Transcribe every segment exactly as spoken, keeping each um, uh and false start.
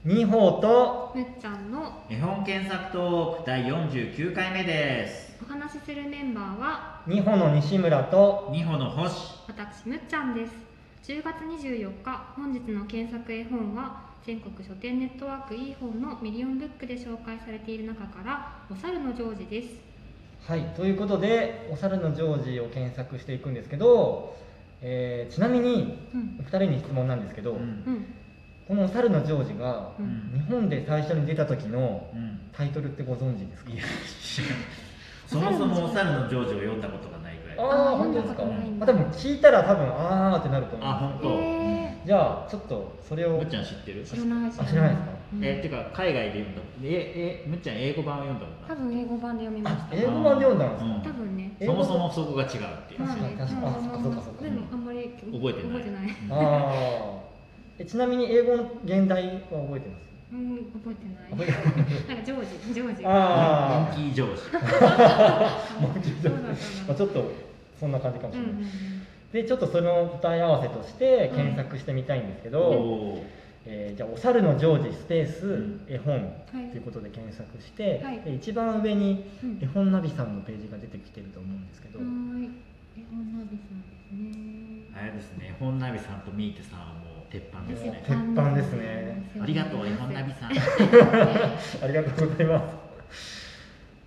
にほとむっちゃんの絵本検索トークだいよんじゅうきゅうかいめです。 お話しするメンバーはにほの西村とにほの星、 私むっちゃんです。じゅうがつにじゅうよっか、本日の検索絵本は全国書店ネットワークいい本のミリオンブックで紹介されている中からお猿のジョージです。 はい、ということでお猿のジョージを検索していくんですけど、えー、ちなみにうんお二人に質問なんですけど、 うんうんこのお猿のジョージがうん日本で最初に出た時のうんタイトルってご存知ですか？ いやそもそもお猿のジョージを読んだことがないぐらい。 ああ、 あー本当ですか？ 読んだことないんだあ、でも聞いたら多分あーってなると思う。 あ、本当。 えじゃあちょっとそれをむっちゃん知ってる？ ー、知らないあ知らないですか？ うんえっていうか海外で読んだ。ええむっちゃん英語版を読んだもんな。 多分英語版で読みました。 あ、英語版で読んだんですか？ うん多分ね。 英語そもそもそこが違うっていう。 確かに確かにあそっかそっかそっかでもあんまり覚えてない覚えてない。 ああ。えちなみに英語の現代は覚えてます？ うん覚えてない。 覚えてないなんかジョージジョージ。 あモンキージョージ。 モンキージョージそうだまそうだあちょっとそんな感じかもしれない。 うんうんうん。 でちょっとその答え合わせとして検索してみたいんですけど、 おーえーじゃあお猿のジョージスペースん絵本はいということで検索して、 はいで一番上にうん絵本ナビさんのページが出てきてると思うんですけど、 はーい。絵本ナビさんですね。 あれですね。絵本ナビさんとミーテさんはもう鉄板ですね。 鉄板ですね。 ありがとう絵本ナビさん。 ありがとうございます。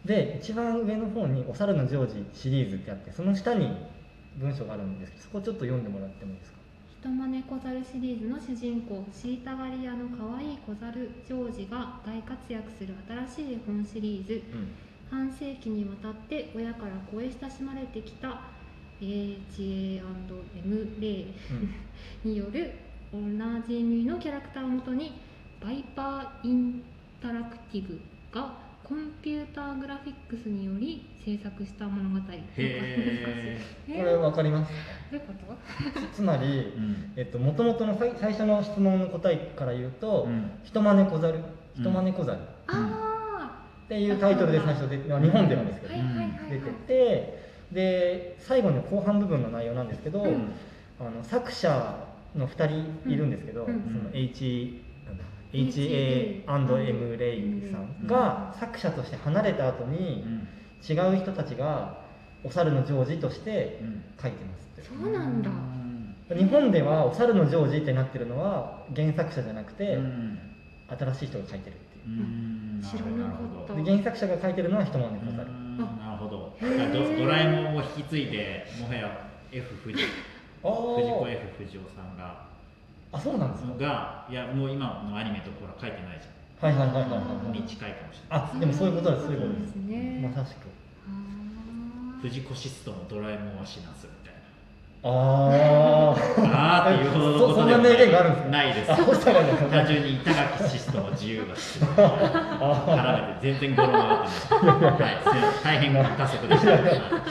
で、一番上の方にお猿のジョージシリーズってあって、その下に文章があるんですけど、そこちょっと読んでもらってもいいですか？ 人真似小猿シリーズの主人公シータガリアの可愛い小猿ジョージが大活躍する新しい絵本シリーズ。 うん半世紀にわたって親から子へ親しまれてきた エイチエーアンドエム レイによるおなじみのキャラクターをもとにバイパーインタラクティブがコンピューターグラフィックスにより制作した物語。なんか難しい。 へえこれわかりますか？ どういうこと？ つまり、 うんえっと、元々の最最初の質問の答えから言うと、 うん人真似小猿、人真似小猿っあていうタイトルで最初で、まあ日本ではですけあ、 ど、 はいはいはいはい。 出てて、で、最後の後半部分の内容なんですけど、 うんあの作者のふたりいるんですけど、 うんうんその H なんだ エイチエーアンドエム レイさんが作者として離れた後に、 うん違う人たちがお猿のジョージとしてうん書いてますって。 そうなんだ。 日本ではお猿のジョージってなってるのは原作者じゃなくて、 うん新しい人が書いてるってういう、 ん知らなかったで原作者が書いてるのは人真似小猿、 うんなるほど。 へードドラえもんを引き継いでもはや F 藤藤あー子 F 不二雄さんがあそうなんですか。 がいやもう今のアニメとほら書いてないじはいはいはいはいはいゃん。 はいに近いかもしれない。 あでもそういうことです、そういうことでですすね。 まさしく。 あー藤子シストのドラえもんは死なすみたいな。 あーあーっていうほどのそことでもそんな名言があるんですか？ ないです。 あそうしたらね単純に板垣シストの自由が必要。絡めて全然語呂が合ってない。はい、す大変打足でした。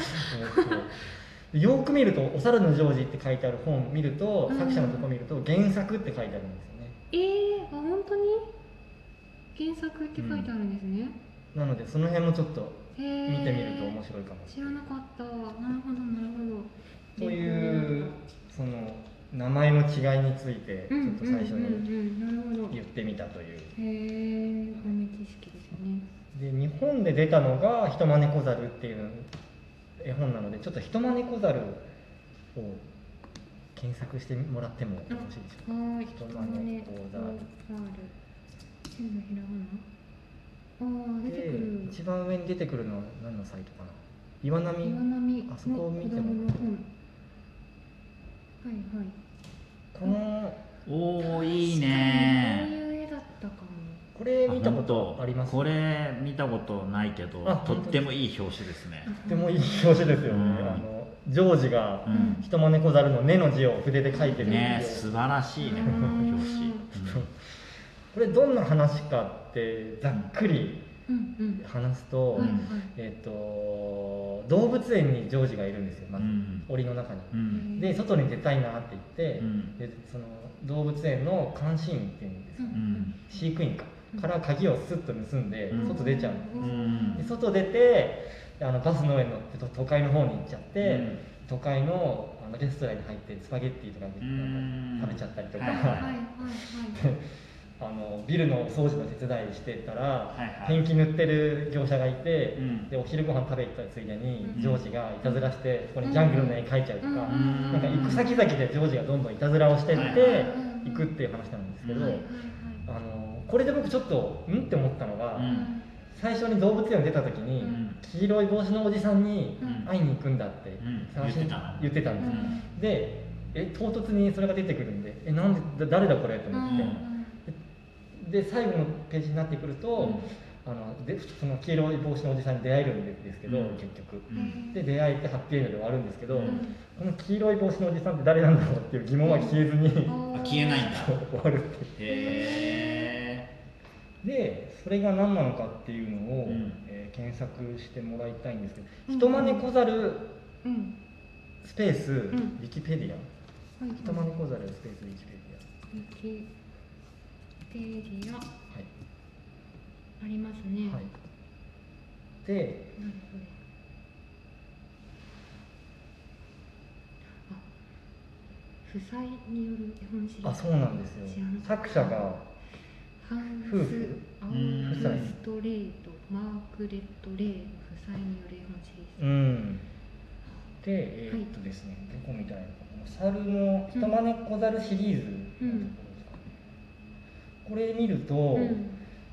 よーく見ると「お猿のジョージ」って書いてある本見ると、 うん作者のとこ見ると原作って書いてあるんですよね。 えー、あ本当に原作って書いてあるんですね。 なのでその辺もちょっとへー見てみると面白いかもし知られない。 なかった。なるほどなるほど。 というその名前の違いについてちょっと最初にうんうんうんうん、なるほど。 言ってみたという。 へえ、豆知識ですよね。 で日本で出たのが「人真似小猿」っていう絵本なので、ちょっと人真似小猿を検索してもらってもよろしいでしょうか。 はーい。 人真似小猿全部ひらがな。ああ、出てくでる。 一番上に出てくるのは何のサイトかな。岩波岩波のあそこを見ても子供の本。はいはい。 このおおいいこうね。 いう絵だったかも。 これ見たことあります？ これ見たことないけどあとってもいい表紙ですね。 とってもいい表紙ですよね。 うんあのジョージがうん人真似小猿の根の字を筆で書いてるねっていう素晴らしいねこの表紙。 これどんな話かってざっくりうんうん。 話すと、 はいはい。 えっ、と動物園にジョージがいるんですよ、まず、 うん檻の中に。 うんで外に出たいなって言って、 うんでその動物園の監視員っていうんですか、 うん飼育員かから鍵をスッと盗んでうん外出ちゃう、 うんで外出てあのバスの上に乗ってと都会の方に行っちゃって、 うん都会のあのレストランに入ってスパゲッティとかなんかうん食べちゃったりとか、 はいはいはいはい。 あのビルのお掃除の手伝いしてたら、 はいはいペンキ塗ってる業者がいて、 うんでお昼ご飯食べ行ったついでに、 うんジョージがいたずらしてそこにジャングルの絵描いちゃうとか、 うんなんか行く先々でジョージがどんどんいたずらをしてってはいはい行くっていう話なんですけど、 うんはいはいあのこれで僕ちょっとんって思ったのが、 うん最初に動物園出た時に、 うん黄色い帽子のおじさんにうん会いに行くんだってん探しに言ってたの言ってたんですよ、 うんでえ唐突にそれが出てくるんでえなんでだ誰だこれと思って、で最後のページになってくると、 うんあのでその黄色い帽子のおじさんに出会えるんですけど、 うん結局うんで出会えてハッピーエンドで終わるんですけど、 うんこの黄色い帽子のおじさんって誰なんだろうっていう疑問は消えずに、 あ消えないんだそう終わるっていうへでそれが何なのかっていうのを、 うんえー検索してもらいたいんですけど「 うん人真似小猿うんスペース、 んウィキペディア」 はい人真似小猿スペースウィキペデウィキペディアィアはありますね。 い、はい、でなるほど。あ、負債による絵本シリーズ。 あそうなんですよ知らなかった作者がハンス・夫婦アウうんグストレート、マークレット・レイの負債による絵本シリーズ。 うんでえーっとですね、どこみたいなのかな猿の人真似小猿シリーズのところですかね、これ見ると、 うん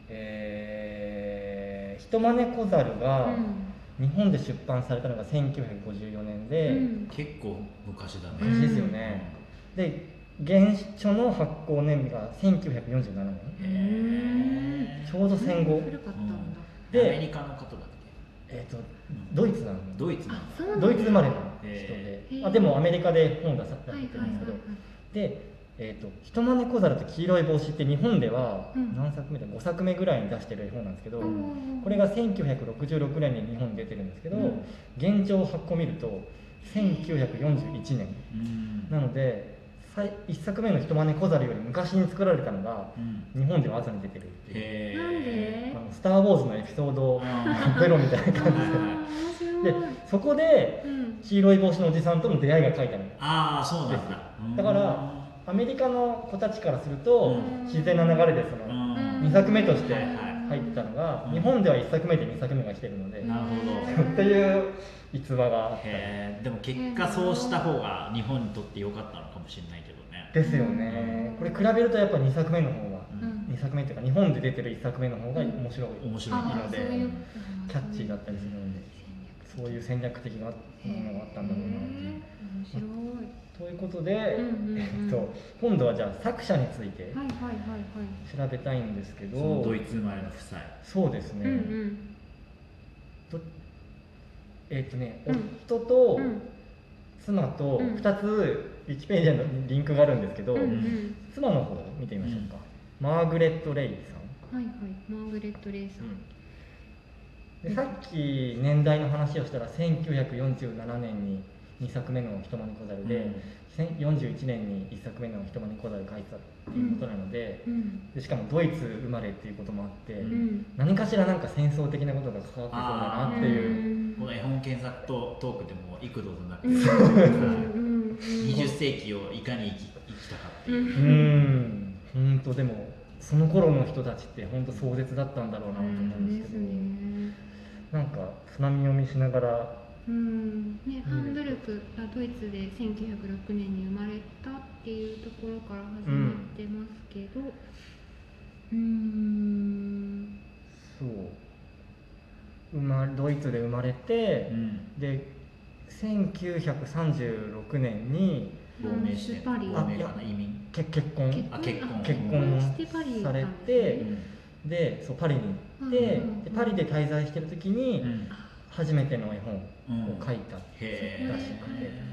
えー人真似小猿が日本で出版されたのがせんきゅうひゃくごじゅうよねんで、 うんー結構昔だね昔ですよね、で原書の発行年日がせんきゅうひゃくよんじゅうななねんへーちょうど戦後古かったんだ。 でアメリカの方だっえーっとドイツなのけドイツなあの、 そうなんだドイツ生まれの人へで、 ーあでもアメリカで本出されはいてるんですけど、 はいはいはい。 で、えーと「人真似小猿と黄色い帽子」って日本ではうん何作目だごさくめぐらいに出してる絵本なんですけど、 うんこれがせんきゅうひゃくろくじゅうろくねんに日本に出てるんですけど、 うん現状発行見るとせんきゅうひゃくよんじゅういちねんうんなのでいっさくめの「人真似小猿」より昔に作られたのがうん日本では後に出てるっていう、 へーなんであのスター・ウォーズのエピソードあゼロみたいな感じあでー面白い。 でそこでうん黄色い帽子のおじさんとの出会いが書いてあるあーそうなんだだからアメリカの子たちからするとうん自然な流れでそうんのうんにさくめとしてはいはい入ってたのがうん日本ではいっさくめでにさくめが来てるのでうんなるほどっていう逸話があったりへーでも結果そうした方が日本にとって良かったのかもしれないけどねですよねこれ比べるとやっぱにさくめの方がうんにさくめっていうか日本で出てるいっさくめの方が面白い面白いあーのでそういうキャッチーだったりするのでそういう戦略的なものがあったんだろうなっていう。 面白い。 ということで、 うんうんうんえっと、今度はじゃあ作者についてはいはいはいはい。 調べたいんですけそのど、 ドイツ生まれの夫妻そうですね、 うんうんどえっとね、 うん夫とうん妻とうんふたつウィキペディアのリンクがあるんですけど、 うんうん妻の方を見てみましょうか、マーグレット・レイさん、 はいはい。マーグレット・レイさん。 でさっき年代の話をしたらせんきゅうひゃくよんじゅうななねんににさくめの「人真似小猿で」せんよんじゅういちねんにいっさくめの「人真似小猿」書いてたっていうことなので、 うんでしかもドイツ生まれっていうこともあって、 ううん何かしらなんか戦争的なことが関わってそうだなっていう。 この絵本検索とトークでも幾度となくうんうんにじゅっせいきをいかに生き生きたかっていうう、 うーん本当でもその頃の人たちって本当壮絶だったんだろうなと思うんですけど、 ね。 なんか津波読みしながらうんね、ハンブルクがドイツでせんきゅうひゃくろくねんに生まれたっていうところから始まってますけど、うーん、 そう生まドイツで生まれて、 うんでせんきゅうひゃくさんじゅうろくねんに亡命してパリ亡命かな移民け結婚あ結婚結婚してパリに行ったんですねされてでそうパリに行って、 うんうんうんでパリで滞在してる時に、 うん初めての絵本を書いた、 へらしく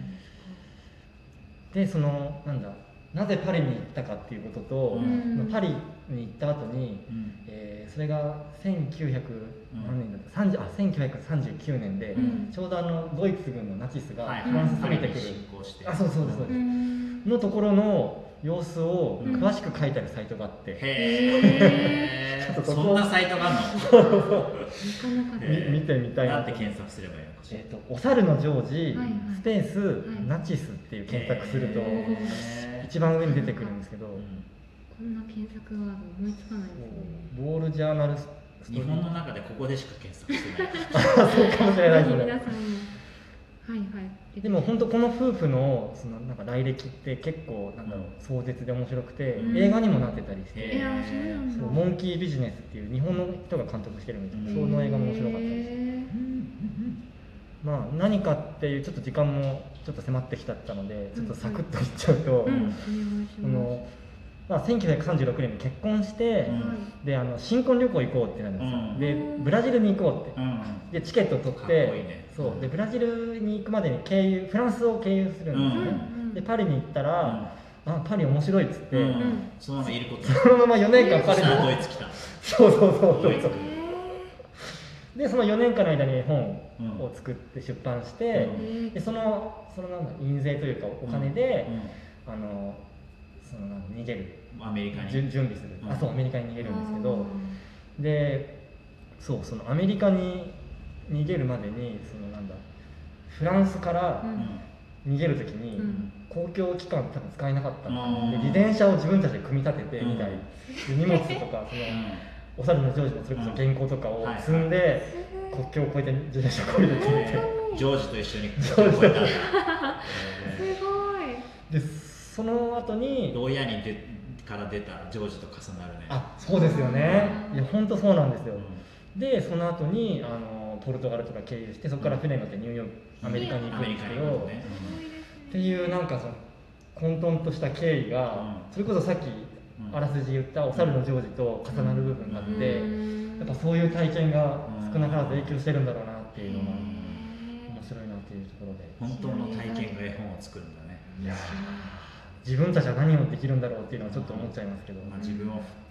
てでそのなんだなぜパリに行ったかっていうことと、 うんパリに行った後に、 うんえーそれがせんきゅうひゃくうん何年だったさんじゅうあせんきゅうひゃくさんじゅうきゅうねんで、 うんちょうどあのドイツ軍のナチスがはいフランスパリに攻めてくる、 侵攻してあそうそうですそううです、 んのところの様子をうん詳しく書いてあるサイトがあって、 へえちょっとそこそんなサイトがあるのなかなかへーみ見てみたいななんて検索すればいいのかしらえー、とお猿のジョージ、 はいはいスペース、 いナチスっていう検索すると、 へー一番上に出てくるんですけど、 うんこんな検索ワード思いつかないですね。 ウォールジャーナルストーリー日本の中でここでしか検索してないそうかもしれないですね。 ぜひ皆さんもはいはいでも本当この夫婦のそのなんか来歴って結構なんだろう、壮絶で面白くて、 うん映画にもなってたりして、 いやーそうなんだ。 そうモンキービジネスっていう日本の人が監督してるみたいな、その映画も面白かったです。 へまあ何かっていうちょっと時間もちょっと迫ってきちゃったので、ちょっとサクッといっちゃうと、 ーうん、お願いします。 そのまあ、せんきゅうひゃくさんじゅうろくねんに結婚して、 うんであの新婚旅行行こうってなるんですよ、 うんでブラジルに行こうって、 うんでチケットを取っかてっこいいねそうでブラジルに行くまでに経由フランスを経由するんですよね、 うんでパリに行ったら、あパリ面白いっつって、 うんんそのままいることそのままよねんかんパリに、 さあドイツ来たそうそうそうそうドイツでそのよねんかんの間に絵本を作って出版して、 うんでそのそのなんだ印税というかお金で、 うんあのそのなんだ逃げるアメリカに準準備する、 うんあそうアメリカに逃げるんですけど、でそうそのアメリカに逃げるまでにそのなんだフランスからうん逃げるときに、 うん公共機関多分使えなかったうんで自転車を自分たちで組み立ててみたい、 うんで荷物とかそのお猿のジョージのそれこそ原稿とかを積んで、国境を越えて自転車こいでてみて、 ジョージと一緒にジョージと超えたんだすごい。 でその後に親にでから出たジョージと重なるねあそうですよね、 うんいや本当そうなんですよ、 うんでその後にあのポルトガルとか経由してそこから船に乗ってニューヨークアメリカに行アメリカくんですけど、 に行くのねっていうなんかその混沌とした経緯が、 うんそれこそさっきうんあらすじ言ったお猿のジョージと重なる部分があって、 うんやっぱそういう体験が少なからず影響してるんだろうなっていうのがうん面白いなっていうところで、 本当の体験が絵本を作るんだねいやー自分たちは何をできるんだろうっていうのはちょっと思っちゃいますけど、 まあ、自分を